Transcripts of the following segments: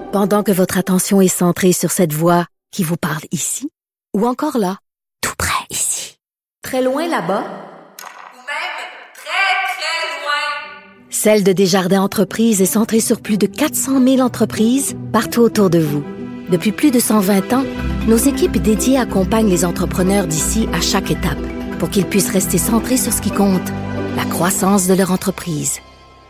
Pendant que votre attention est centrée sur cette voix qui vous parle ici, ou encore là, tout près ici, très loin là-bas, ou même très, très loin. Celle de Desjardins Entreprises est centrée sur plus de 400 000 entreprises partout autour de vous. Depuis plus de 120 ans, nos équipes dédiées accompagnent les entrepreneurs d'ici à chaque étape pour qu'ils puissent rester centrés sur ce qui compte, la croissance de leur entreprise.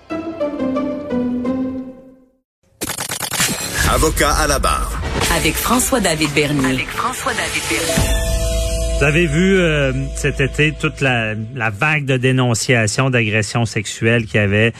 Avocat à la barre. Avec François-David Bernier. Vous avez vu cet été toute la vague de dénonciations d'agressions sexuelles qu'il y avait.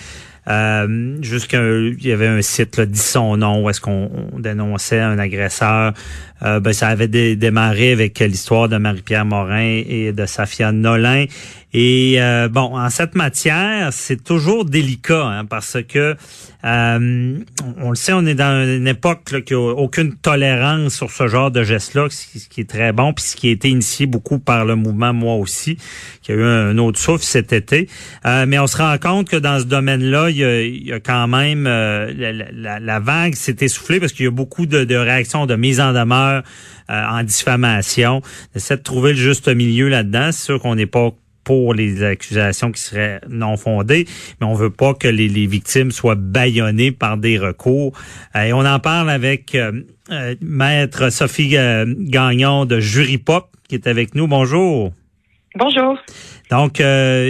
Il y avait un site, là, dit son nom, où est-ce qu'on dénonçait un agresseur. Ça avait démarré avec l'histoire de Marie-Pierre Morin et de Safia Nolin. Et en cette matière, c'est toujours délicat, parce que on le sait, on est dans une époque là, qui a aucune tolérance sur ce genre de geste-là, ce qui est très bon, puis ce qui a été initié beaucoup par le mouvement Moi aussi, qui a eu un autre souffle cet été. Mais on se rend compte que dans ce domaine-là, il y a quand même la vague s'est essoufflée parce qu'il y a beaucoup de réactions de mise en demeure en diffamation. On essaie de trouver le juste milieu là-dedans. C'est sûr qu'on n'est pas pour les accusations qui seraient non fondées, mais on veut pas que les victimes soient bâillonnées par des recours. Et on en parle avec Maître Sophie Gagnon de Juripop, qui est avec nous. Bonjour. Bonjour. Donc,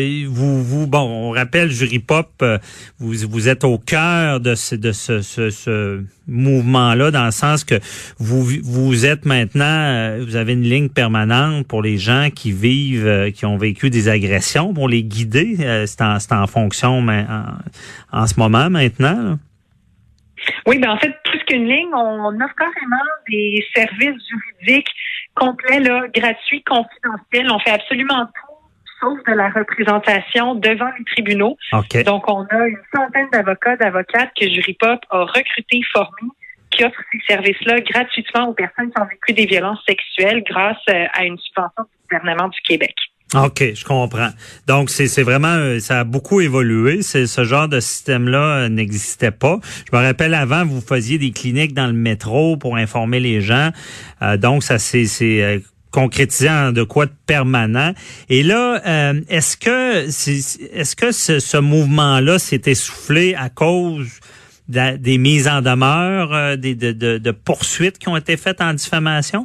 on rappelle Juripop, vous êtes au cœur de ce mouvement-là, dans le sens que vous êtes maintenant, vous avez une ligne permanente pour les gens qui vivent, qui ont vécu des agressions, pour les guider. C'est en fonction en ce moment maintenant, là. Oui, en fait, plus qu'une ligne, on offre carrément des services juridiques complets, là, gratuits, confidentiels. On fait absolument tout, sauf de la représentation devant les tribunaux. Okay. Donc, on a une centaine d'avocats, d'avocates que Juripop a recrutés, formés, qui offrent ces services-là gratuitement aux personnes qui ont vécu des violences sexuelles grâce à une subvention du gouvernement du Québec. OK, je comprends. Donc, c'est vraiment, ça a beaucoup évolué. Ce genre de système-là n'existait pas. Je me rappelle avant, vous faisiez des cliniques dans le métro pour informer les gens. Donc, ça c'est concrétisé en de quoi de permanent. Et là, est-ce que ce mouvement-là s'est essoufflé à cause des mises en demeure, de poursuites qui ont été faites en diffamation?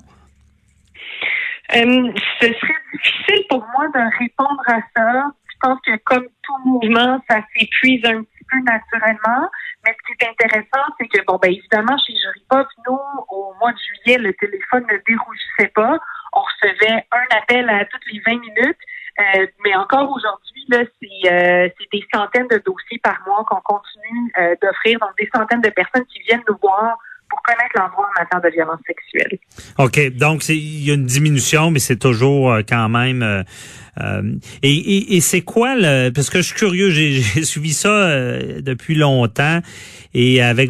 Ce serait difficile pour moi de répondre à ça. Je pense que comme tout mouvement, ça s'épuise un petit peu naturellement. Mais ce qui est intéressant, c'est que, évidemment, chez Juripop, nous, au mois de juillet, le téléphone ne dérougissait pas. On recevait un appel à toutes les 20 minutes. Mais encore aujourd'hui, là, c'est des centaines de dossiers par mois qu'on continue d'offrir. Donc, des centaines de personnes qui viennent nous voir pour connaître l'endroit en matière de violence sexuelle. OK. Donc, il y a une diminution, mais c'est toujours quand même... Et c'est quoi parce que je suis curieux, j'ai suivi ça depuis longtemps, et avec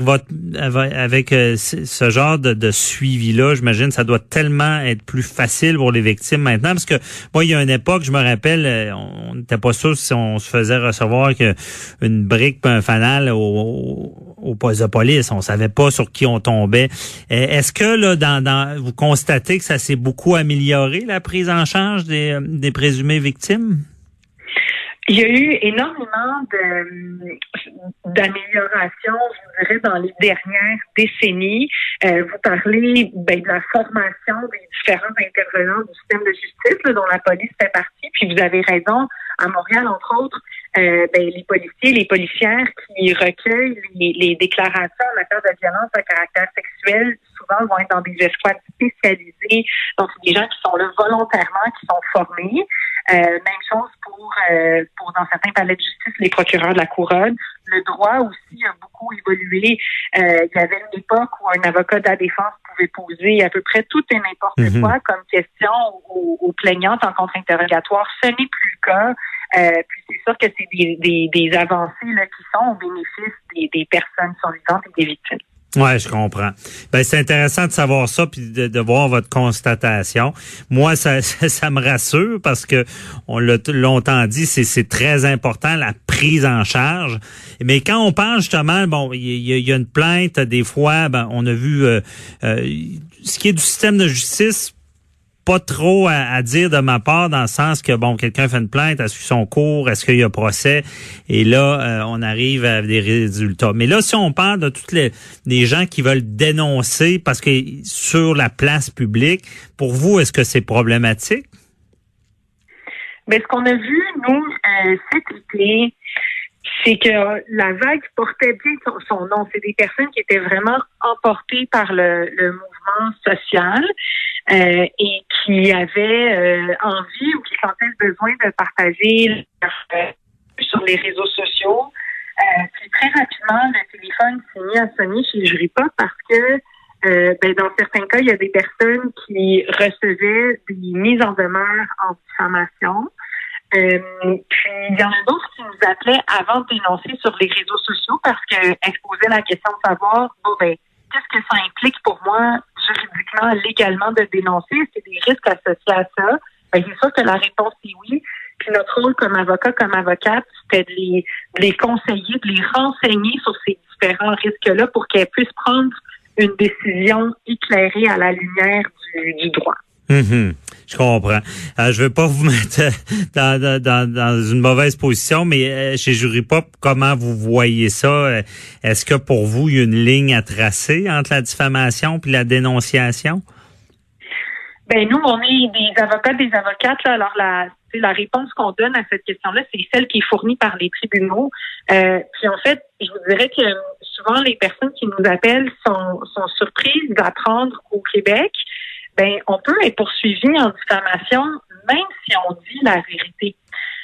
ce genre de suivi-là, j'imagine ça doit tellement être plus facile pour les victimes maintenant, parce que moi, il y a une époque, je me rappelle, on n'était pas sûr si on se faisait recevoir une brique puis un fanal au poste de police. On savait pas sur qui on tombait. Est-ce que là, vous constatez que ça s'est beaucoup amélioré, la prise en charge des présumés victimes? Il y a eu énormément d'améliorations, je dirais, dans les dernières décennies. Vous parlez de la formation des différents intervenants du système de justice, là, dont la police fait partie. Puis vous avez raison, à Montréal, entre autres, les policiers, les policières qui recueillent les déclarations en matière de violence à caractère sexuel, souvent vont être dans des escouades spécialisées. Donc, c'est des gens qui sont là volontairement, qui sont formés. Même chose pour dans certains palais de justice, les procureurs de la couronne. Le droit aussi a beaucoup évolué. Il y avait une époque où un avocat de la défense pouvait poser à peu près tout et n'importe quoi comme question aux plaignantes en contre-interrogatoire. Ce n'est plus le cas. Puis c'est sûr que c'est des avancées là, qui sont au bénéfice des personnes survivantes et des victimes. Ouais, je comprends. Ben, c'est intéressant de savoir ça puis de voir votre constatation. Moi, ça me rassure parce que on l'a longtemps dit, c'est très important la prise en charge. Mais quand on parle justement, bon, il y a une plainte des fois, ben on a vu ce qui est du système de justice. Pas trop à dire de ma part dans le sens que, bon, quelqu'un fait une plainte, a suivi son cours, est-ce qu'il y a procès? Et là, on arrive à des résultats. Mais là, si on parle de toutes les gens qui veulent dénoncer parce que sur la place publique, pour vous, est-ce que c'est problématique? Ben, ce qu'on a vu, nous, cet été, c'est que la vague portait bien son nom. C'est des personnes qui étaient vraiment emportées par le mouvement social. Et qui avaient envie ou qui sentaient le besoin de partager sur les réseaux sociaux. Puis très rapidement, le téléphone s'est mis à sonner chez Jury Pop parce que dans certains cas, il y a des personnes qui recevaient des mises en demeure en diffamation. Puis il y en a d'autres qui nous appelaient avant de dénoncer sur les réseaux sociaux parce qu'elles se posaient la question de savoir qu'est-ce que ça implique pour moi juridiquement, légalement de dénoncer? Est-ce qu'il y a des risques associés à ça? Ben, c'est sûr que la réponse est oui. Puis notre rôle comme avocat, comme avocate, c'était de les conseiller, de les renseigner sur ces différents risques-là pour qu'elles puissent prendre une décision éclairée à la lumière du droit. Mm-hmm. Je comprends. Je veux pas vous mettre dans une mauvaise position, mais chez Jury Pop, comment vous voyez ça? Est-ce que pour vous, il y a une ligne à tracer entre la diffamation puis la dénonciation? Ben nous, on est des avocats, des avocates. Là, alors la réponse qu'on donne à cette question-là, c'est celle qui est fournie par les tribunaux. Puis en fait, je vous dirais que souvent les personnes qui nous appellent sont surprises d'apprendre qu'au Québec, ben on peut être poursuivi en diffamation même si on dit la vérité.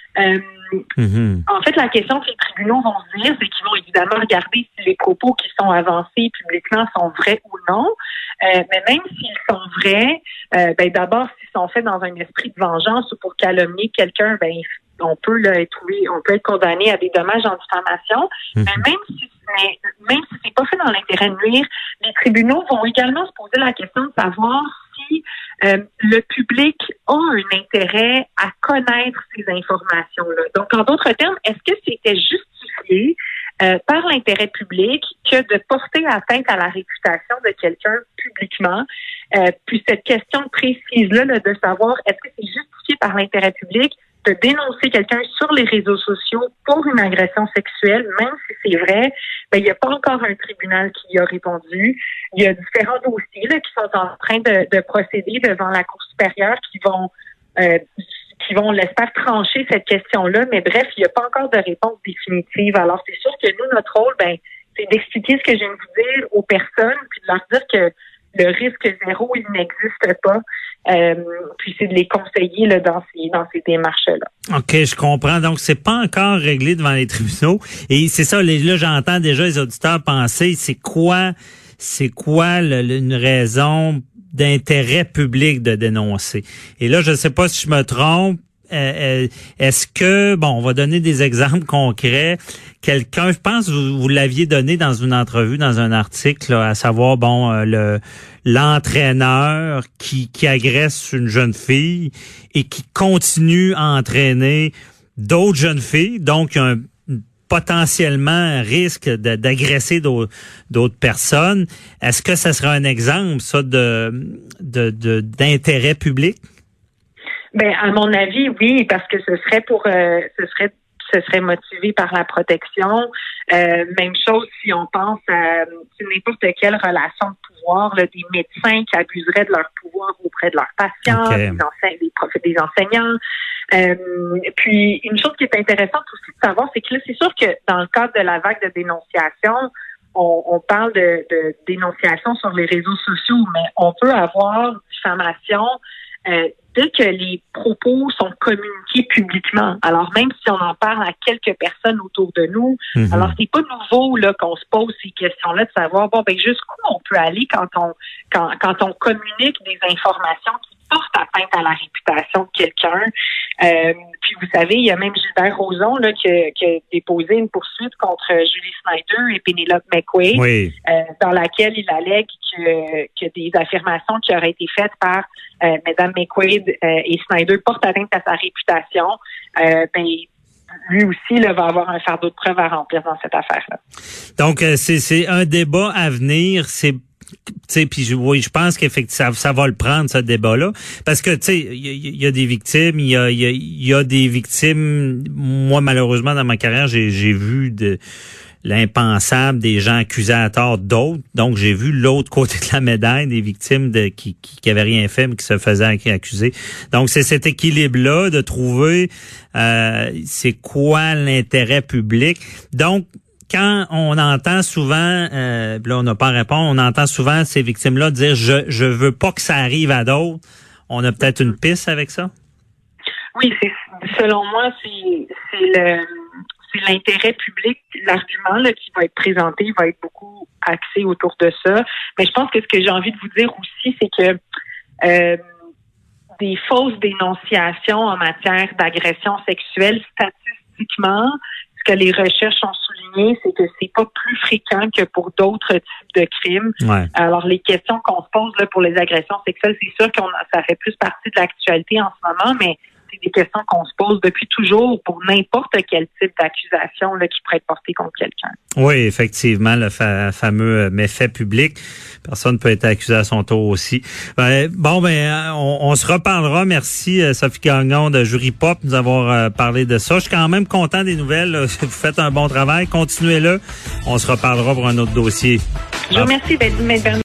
En fait, la question que les tribunaux vont se dire, c'est qu'ils vont évidemment regarder si les propos qui sont avancés publiquement sont vrais ou non. Mais même s'ils sont vrais, d'abord, s'ils sont faits dans un esprit de vengeance ou pour calomnier quelqu'un, on peut être condamné à des dommages en diffamation. Mais même si c'est pas fait dans l'intérêt de nuire, les tribunaux vont également se poser la question de savoir si le public a un intérêt à connaître ces informations-là. Donc, en d'autres termes, est-ce que c'était justifié par l'intérêt public que de porter atteinte à la réputation de quelqu'un publiquement? Puis cette question précise-là de savoir est-ce que c'est justifié par l'intérêt public de dénoncer quelqu'un sur les réseaux sociaux pour une agression sexuelle, même si c'est vrai, il n'y a pas encore un tribunal qui y a répondu. Il y a différents dossiers là, qui sont en train de procéder devant la Cour supérieure qui vont l'espère, trancher cette question-là. Mais bref, il n'y a pas encore de réponse définitive. Alors, c'est sûr que nous, notre rôle, c'est d'expliquer ce que je viens de vous dire aux personnes, puis de leur dire que le risque zéro, il n'existe pas. Puis c'est de les conseiller là, dans ces démarches-là. OK, je comprends. Donc, c'est pas encore réglé devant les tribunaux. Et c'est ça, là, j'entends déjà les auditeurs penser, c'est quoi une raison d'intérêt public de dénoncer? Et là, je ne sais pas si je me trompe. Est-ce que, on va donner des exemples concrets. Quelqu'un, je pense, vous l'aviez donné dans une entrevue, dans un article, là, à savoir, l'entraîneur qui agresse une jeune fille et qui continue à entraîner d'autres jeunes filles, donc il y a potentiellement un risque d'agresser d'autres personnes. Est-ce que ça serait un exemple, ça, d'intérêt public? À mon avis, oui, parce que ce serait motivé par la protection. Même chose si on pense à n'importe quelle relation de pouvoir, là, des médecins qui abuseraient de leur pouvoir auprès de leurs patients, okay. des enseignants. Puis, une chose qui est intéressante aussi de savoir, c'est que là, c'est sûr que dans le cadre de la vague de dénonciation, on parle de dénonciation sur les réseaux sociaux, mais on peut avoir diffamation dès que les propos sont communiqués publiquement. Alors, même si on en parle à quelques personnes autour de nous, alors c'est pas nouveau là qu'on se pose ces questions-là de savoir jusqu'où on peut aller quand on communique des informations qui porte atteinte à la réputation de quelqu'un. Puis vous savez, il y a même Gilbert Rozon là, qui a déposé une poursuite contre Julie Snyder et Penelope McQuaid, oui. Dans laquelle il allègue que des affirmations qui auraient été faites par Mme McQuaid et Snyder portent atteinte à sa réputation. Lui aussi là, va avoir un fardeau de preuve à remplir dans cette affaire-là. Donc, c'est un débat à venir. Puis je pense qu'effectivement ça va le prendre, ce débat-là, parce que tu sais, il y a des victimes, il y a des victimes. Moi, malheureusement, dans ma carrière, j'ai vu de l'impensable, des gens accusés à tort d'autres. Donc, j'ai vu l'autre côté de la médaille, des victimes qui avaient rien fait, mais qui se faisaient accuser. Donc, c'est cet équilibre-là de trouver c'est quoi l'intérêt public. Donc, quand on entend souvent, là on n'a pas à répondre, on entend souvent ces victimes-là dire je veux pas que ça arrive à d'autres. On a peut-être une piste avec ça? Oui, selon moi, c'est l'intérêt public, l'argument là, qui va être présenté, il va être beaucoup axé autour de ça. Mais je pense que ce que j'ai envie de vous dire aussi, c'est que des fausses dénonciations en matière d'agression sexuelle, statistiquement, ce que les recherches ont souligné, c'est que c'est pas plus fréquent que pour d'autres types de crimes. Ouais. Alors, les questions qu'on se pose là, pour les agressions sexuelles, c'est sûr que ça fait plus partie de l'actualité en ce moment, mais c'est des questions qu'on se pose depuis toujours pour n'importe quel type d'accusation là, qui pourrait être portée contre quelqu'un. Oui, effectivement, le fameux méfait public. Personne peut être accusé à son tour aussi. On se reparlera. Merci, Sophie Gagnon de Jury Pop, de nous avoir parlé de ça. Je suis quand même content des nouvelles. Vous faites un bon travail. Continuez-le. On se reparlera pour un autre dossier. Je vous remercie, Maître Bernier.